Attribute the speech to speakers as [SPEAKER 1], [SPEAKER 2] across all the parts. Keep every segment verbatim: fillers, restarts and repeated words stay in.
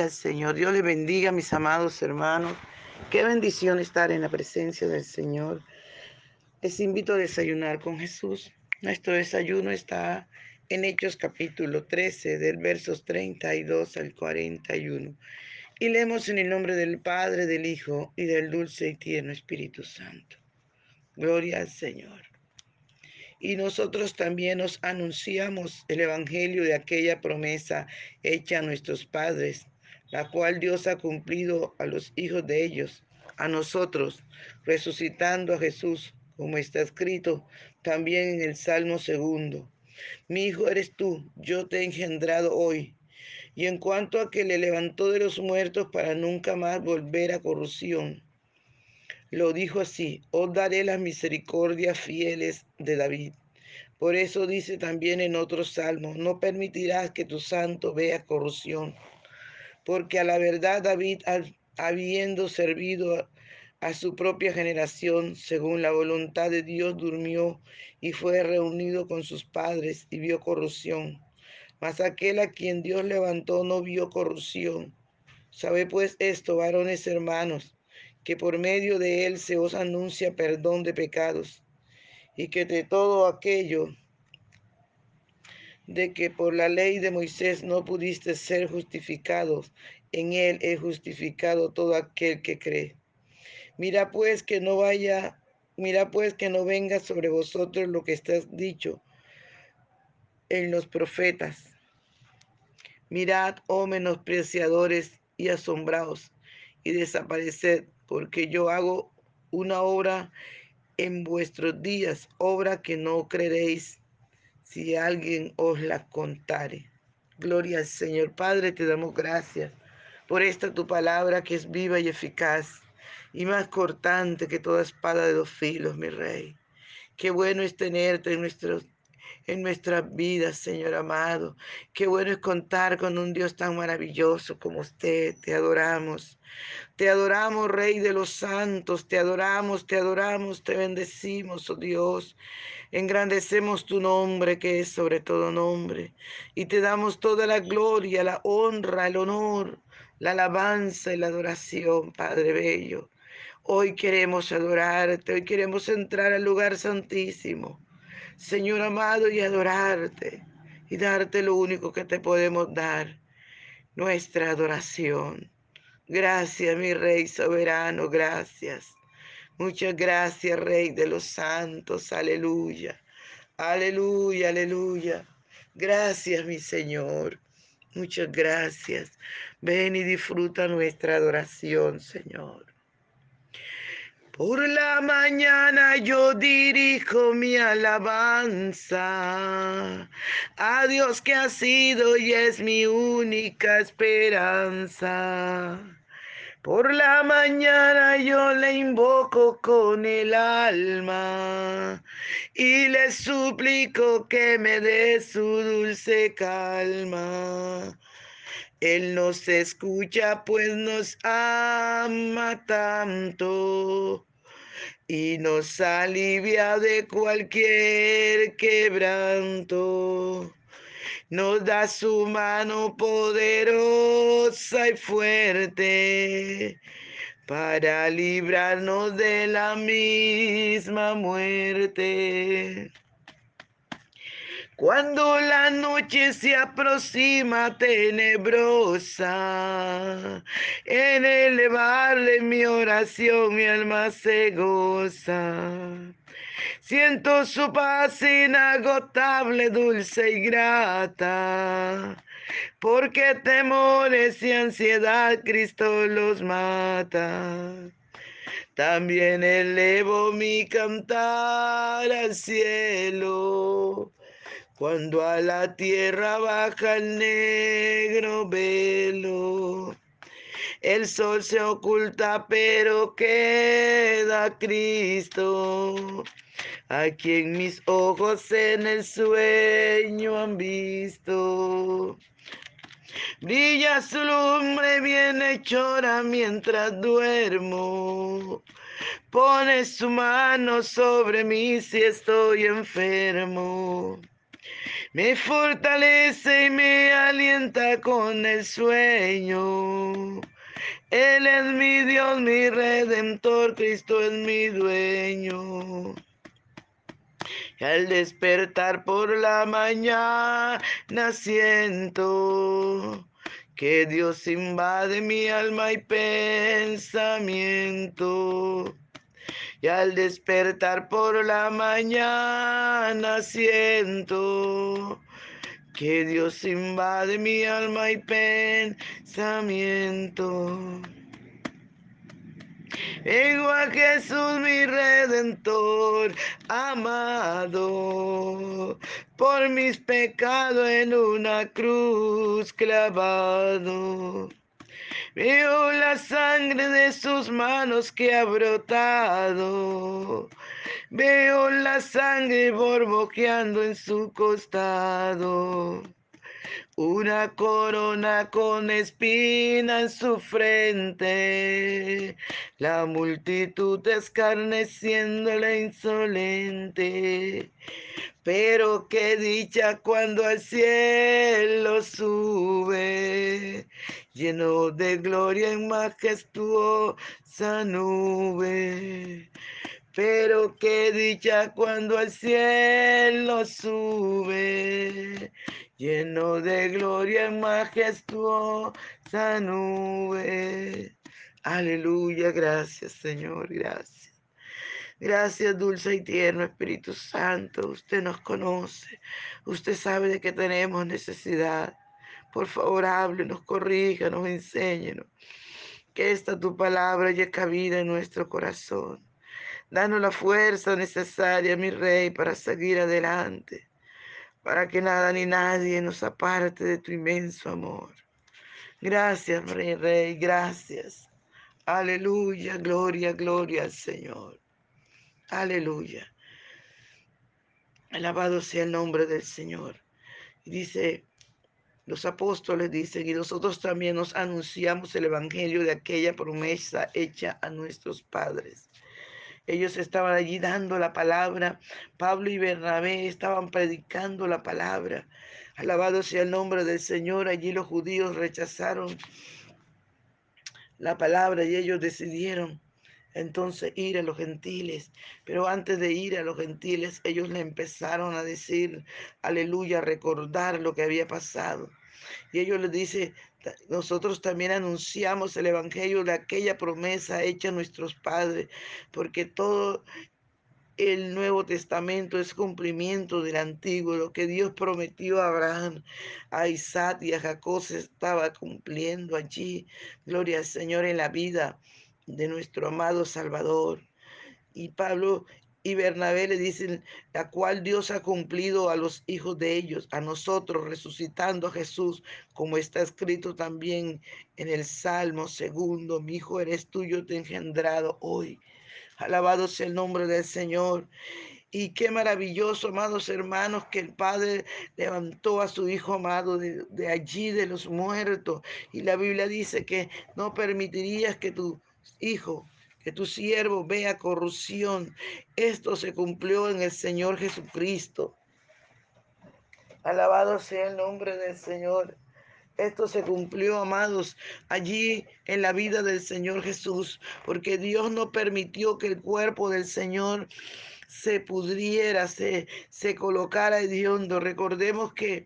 [SPEAKER 1] al Señor. Dios les bendiga, mis amados hermanos. Qué bendición estar en la presencia del Señor. Les invito a desayunar con Jesús. Nuestro desayuno está en Hechos capítulo trece, del versos treinta y dos al cuarenta y uno. Y leemos en el nombre del Padre, del Hijo y del dulce y tierno Espíritu Santo. Gloria al Señor. Y nosotros también os anunciamos el evangelio de aquella promesa hecha a nuestros padres, la cual Dios ha cumplido a los hijos de ellos, a nosotros, resucitando a Jesús, como está escrito también en el Salmo segundo. Mi hijo eres tú, yo te he engendrado hoy. Y en cuanto a que le levantó de los muertos para nunca más volver a corrupción, lo dijo así: os daré las misericordias fieles de David. Por eso dice también en otros salmos: no permitirás que tu santo vea corrupción. Porque a la verdad David, habiendo servido a, a su propia generación, según la voluntad de Dios, durmió y fue reunido con sus padres y vio corrupción. Mas aquel a quien Dios levantó no vio corrupción. Sabe pues esto, varones hermanos, que por medio de él se os anuncia perdón de pecados, y que de todo aquello de que por la ley de Moisés no pudiste ser justificados, en él es justificado todo aquel que cree. Mira pues que no vaya, mira pues que no venga sobre vosotros lo que está dicho en los profetas. Mirad, oh menospreciadores y asombrados, y desapareced, porque yo hago una obra en vuestros días, obra que no creeréis si alguien os la contare. Gloria al Señor. Padre, te damos gracias por esta tu palabra que es viva y eficaz y más cortante que toda espada de dos filos, mi Rey. Qué bueno es tenerte en nuestros en nuestras vidas, Señor amado. Qué bueno es contar con un Dios tan maravilloso como usted. Te adoramos. Te adoramos, Rey de los santos. Te adoramos, te adoramos, te bendecimos, oh Dios. Engrandecemos tu nombre, que es sobre todo nombre, y te damos toda la gloria, la honra, el honor, la alabanza y la adoración, Padre bello. Hoy queremos adorarte, hoy queremos entrar al lugar santísimo, Señor amado, y adorarte, y darte lo único que te podemos dar, nuestra adoración. Gracias, mi Rey soberano, gracias. Muchas gracias, Rey de los santos, aleluya. Aleluya, aleluya. Gracias, mi Señor. Muchas gracias. Ven y disfruta nuestra adoración, Señor. Por la mañana yo dirijo mi alabanza a Dios que ha sido y es mi única esperanza. Por la mañana yo le invoco con el alma y le suplico que me dé su dulce calma. Él nos escucha pues nos ama tanto y nos alivia de cualquier quebranto. Nos da su mano poderosa y fuerte para librarnos de la misma muerte. Cuando la noche se aproxima tenebrosa, en elevarle mi oración mi alma se goza. Siento su paz inagotable, dulce y grata, porque temores y ansiedad Cristo los mata. También elevo mi cantar al cielo, cuando a la tierra baja el negro velo. El sol se oculta, pero queda Cristo, a quien mis ojos en el sueño han visto. Brilla su lumbre bienhechora mientras duermo. Pone su mano sobre mí si estoy enfermo. Me fortalece y me alienta con el sueño. Él es mi Dios, mi redentor, Cristo es mi dueño. Y al despertar por la mañana siento que Dios invade mi alma y pensamiento. Y al despertar por la mañana siento que Dios invade mi alma y pensamiento. Vengo a Jesús mi redentor amado, por mis pecados en una cruz clavado. Veo la sangre de sus manos que ha brotado. Veo la sangre borboqueando en su costado. Una corona con espina en su frente, la multitud escarneciéndole insolente. Pero qué dicha cuando al cielo sube, lleno de gloria en majestuosa nube. Pero qué dicha cuando al cielo sube, lleno de gloria en majestuosa nube. Aleluya, gracias Señor, gracias. Gracias, dulce y tierno Espíritu Santo. Usted nos conoce, usted sabe de que tenemos necesidad. Por favor, háblenos, corríjanos, enséñenos. Que esta tu palabra haya cabida en nuestro corazón. Danos la fuerza necesaria, mi Rey, para seguir adelante, para que nada ni nadie nos aparte de tu inmenso amor. Gracias, mi Rey, gracias. Aleluya, gloria, gloria al Señor. Aleluya. Alabado sea el nombre del Señor. Y dice, los apóstoles dicen, y nosotros también nos anunciamos el evangelio de aquella promesa hecha a nuestros padres. Ellos estaban allí dando la palabra. Pablo y Bernabé estaban predicando la palabra. Alabado sea el nombre del Señor. Allí los judíos rechazaron la palabra y ellos decidieron entonces ir a los gentiles. Pero antes de ir a los gentiles, ellos le empezaron a decir, aleluya, a recordar lo que había pasado. Y ellos les dicen, nosotros también anunciamos el evangelio de aquella promesa hecha a nuestros padres, porque todo el Nuevo Testamento es cumplimiento del Antiguo. Lo que Dios prometió a Abraham, a Isaac y a Jacob se estaba cumpliendo allí. Gloria al Señor en la vida de nuestro amado Salvador. Y Pablo y Bernabé le dicen, la cual Dios ha cumplido a los hijos de ellos, a nosotros, resucitando a Jesús, como está escrito también en el Salmo segundo, mi hijo eres tú, yo te he engendrado hoy. Alabado sea el nombre del Señor. Y qué maravilloso, amados hermanos, que el Padre levantó a su Hijo amado de, de allí, de los muertos. Y la Biblia dice que no permitirías que tu Hijo, que tu siervo vea corrupción. Esto se cumplió en el Señor Jesucristo. Alabado sea el nombre del Señor. Esto se cumplió, amados, allí en la vida del Señor Jesús, porque Dios no permitió que el cuerpo del Señor se pudriera, se, se colocara hediondo. Recordemos que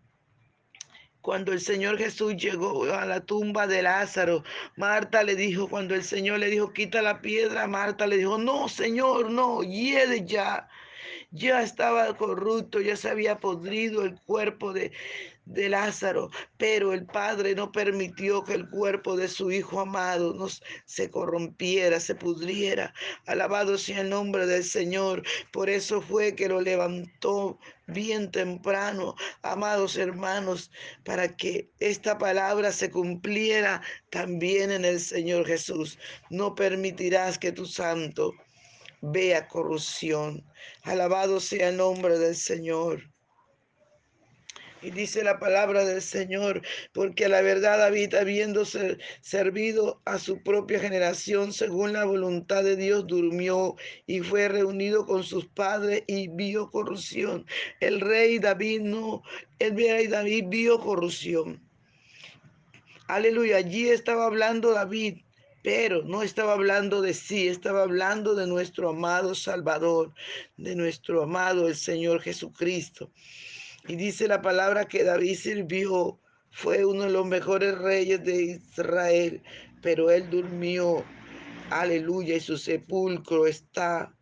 [SPEAKER 1] cuando el Señor Jesús llegó a la tumba de Lázaro, Marta le dijo, cuando el Señor le dijo, quita la piedra, Marta le dijo, no, Señor, no, hiede ya. Ya estaba corrupto, ya se había podrido el cuerpo de, de Lázaro, pero el Padre no permitió que el cuerpo de su Hijo amado nos, se corrompiera, se pudriera. Alabado sea el nombre del Señor. Por eso fue que lo levantó bien temprano, amados hermanos, para que esta palabra se cumpliera también en el Señor Jesús. No permitirás que tu santo vea corrupción. Alabado sea el nombre del Señor. Y dice la palabra del Señor, porque la verdad David, habiendo ser- servido a su propia generación según la voluntad de Dios, durmió y fue reunido con sus padres y vio corrupción. El rey David no, el rey David vio corrupción. Aleluya, allí estaba hablando David, pero no estaba hablando de sí, estaba hablando de nuestro amado Salvador, de nuestro amado el Señor Jesucristo. Y dice la palabra que David sirvió, fue uno de los mejores reyes de Israel, pero él durmió, aleluya, y su sepulcro está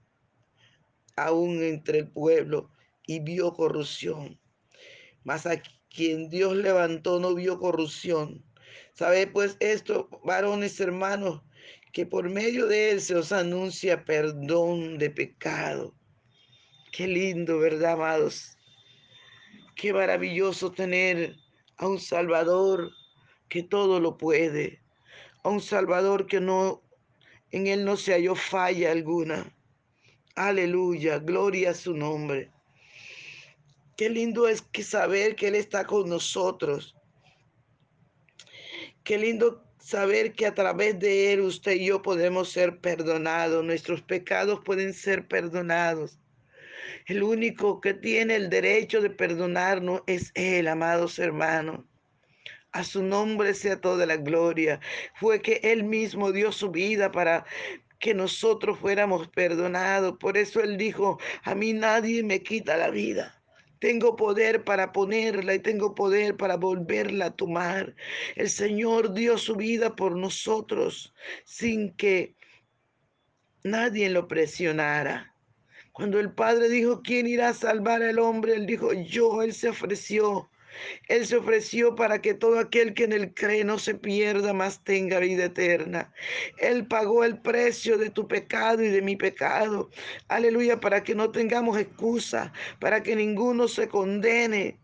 [SPEAKER 1] aún entre el pueblo y vio corrupción. Mas a quien Dios levantó no vio corrupción. ¿Sabe pues esto, varones hermanos, que por medio de él se os anuncia perdón de pecado? Qué lindo, ¿verdad, amados? Qué maravilloso tener a un Salvador que todo lo puede, a un Salvador que no, en él no se halló falla alguna. Aleluya, gloria a su nombre. Qué lindo es que saber que Él está con nosotros. Qué lindo saber que a través de Él usted y yo podemos ser perdonados. Nuestros pecados pueden ser perdonados. El único que tiene el derecho de perdonarnos es Él, amados hermanos. A su nombre sea toda la gloria. Fue que Él mismo dio su vida para que nosotros fuéramos perdonados. Por eso Él dijo, a mí nadie me quita la vida. Tengo poder para ponerla y tengo poder para volverla a tomar. El Señor dio su vida por nosotros sin que nadie lo presionara. Cuando el Padre dijo, ¿quién irá a salvar al hombre? Él dijo, yo, Él se ofreció. Él se ofreció para que todo aquel que en él cree no se pierda, mas tenga vida eterna. Él pagó el precio de tu pecado y de mi pecado. Aleluya, para que no tengamos excusa, para que ninguno se condene.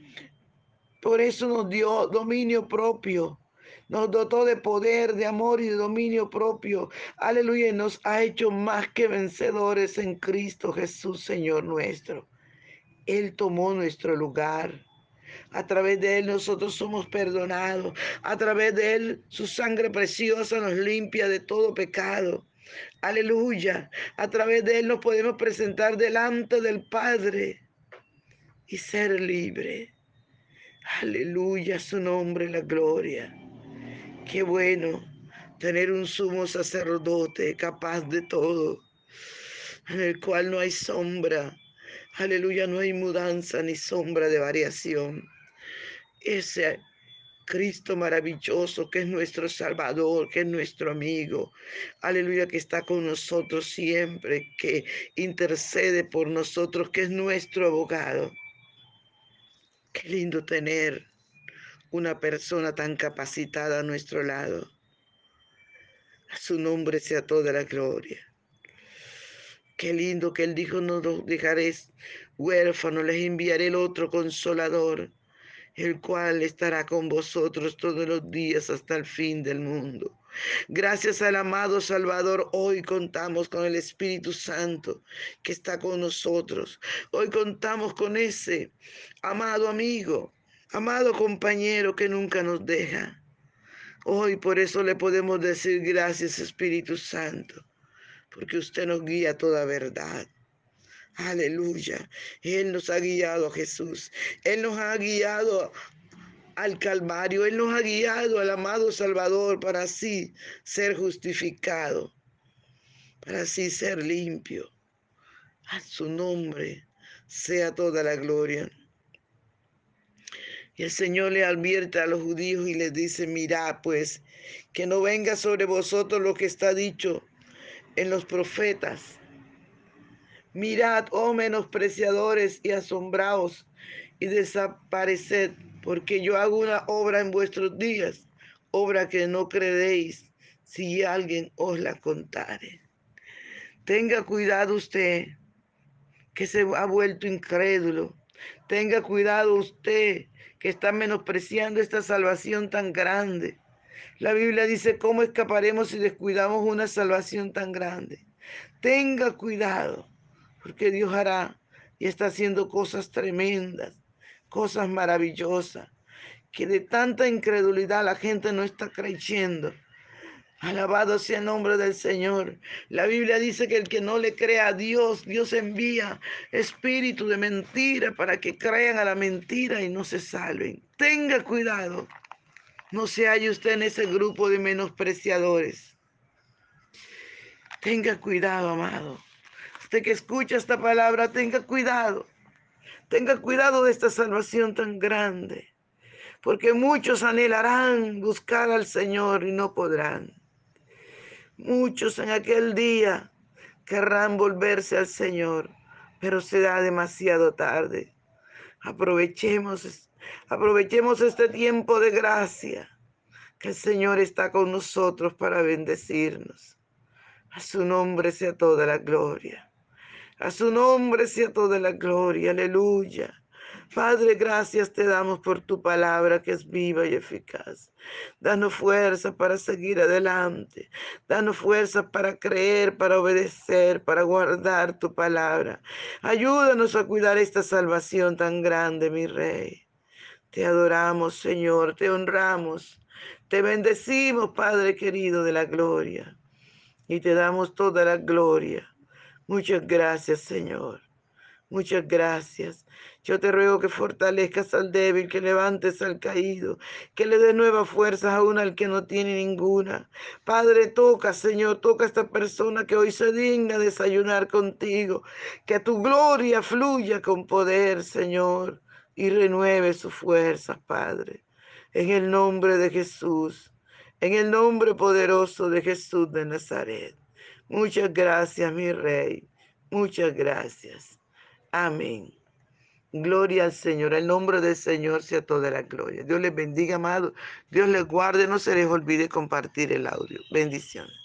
[SPEAKER 1] Por eso nos dio dominio propio. Nos dotó de poder, de amor y de dominio propio. Aleluya, y nos ha hecho más que vencedores en Cristo Jesús, Señor nuestro. Él tomó nuestro lugar. A través de Él nosotros somos perdonados. A través de Él su sangre preciosa nos limpia de todo pecado. Aleluya. A través de Él nos podemos presentar delante del Padre y ser libre. Aleluya, su nombre, la gloria. Qué bueno tener un sumo sacerdote capaz de todo, en el cual no hay sombra. Aleluya, no hay mudanza ni sombra de variación. Ese Cristo maravilloso, que es nuestro Salvador, que es nuestro amigo. Aleluya, que está con nosotros siempre, que intercede por nosotros, que es nuestro abogado. Qué lindo tener una persona tan capacitada a nuestro lado. A su nombre sea toda la gloria. Qué lindo que Él dijo, no los dejaréis huérfanos, les enviaré el otro consolador, el cual estará con vosotros todos los días hasta el fin del mundo. Gracias al amado Salvador, hoy contamos con el Espíritu Santo que está con nosotros. Hoy contamos con ese amado amigo, amado compañero que nunca nos deja. Hoy por eso le podemos decir gracias, Espíritu Santo, porque usted nos guía a toda verdad. Aleluya. Él nos ha guiado a Jesús. Él nos ha guiado al Calvario. Él nos ha guiado al amado Salvador para así ser justificado, para así ser limpio. A su nombre sea toda la gloria. Y el Señor le advierte a los judíos y les dice, mirad pues, que no venga sobre vosotros lo que está dicho en los profetas. Mirad, oh menospreciadores, y asombraos y desapareced, porque yo hago una obra en vuestros días, obra que no creéis si alguien os la contare. Tenga cuidado usted, que se ha vuelto incrédulo. Tenga cuidado usted, que está menospreciando esta salvación tan grande. La Biblia dice, ¿cómo escaparemos si descuidamos una salvación tan grande? Tenga cuidado, porque Dios hará y está haciendo cosas tremendas. cosas maravillosas, que de tanta incredulidad la gente no está creyendo. Alabado sea el nombre del Señor. La Biblia dice que el que no le crea a Dios, Dios envía espíritu de mentira para que crean a la mentira y no se salven. Tenga cuidado. No se halle usted en ese grupo de menospreciadores. Tenga cuidado, amado. Usted que escucha esta palabra, tenga cuidado. Tenga cuidado de esta salvación tan grande. Porque muchos anhelarán buscar al Señor y no podrán. Muchos en aquel día querrán volverse al Señor, pero será demasiado tarde. Aprovechemos, aprovechemos este tiempo de gracia, que el Señor está con nosotros para bendecirnos. A su nombre sea toda la gloria. A su nombre sea toda la gloria. Aleluya. Padre, gracias te damos por tu palabra que es viva y eficaz. Danos fuerza para seguir adelante. Danos fuerza para creer, para obedecer, para guardar tu palabra. Ayúdanos a cuidar esta salvación tan grande, mi Rey. Te adoramos, Señor, te honramos. Te bendecimos, Padre querido de la gloria. Y te damos toda la gloria. Muchas gracias, Señor. Muchas gracias. Yo te ruego que fortalezcas al débil, que levantes al caído, que le des nuevas fuerzas aún al que no tiene ninguna. Padre, toca, Señor, toca a esta persona que hoy se digna desayunar contigo. Que tu gloria fluya con poder, Señor, y renueve sus fuerzas, Padre. En el nombre de Jesús, en el nombre poderoso de Jesús de Nazaret. Muchas gracias, mi Rey. Muchas gracias. Amén. Gloria al Señor. El nombre del Señor sea toda la gloria. Dios les bendiga, amado. Dios les guarde. No se les olvide compartir el audio. Bendiciones.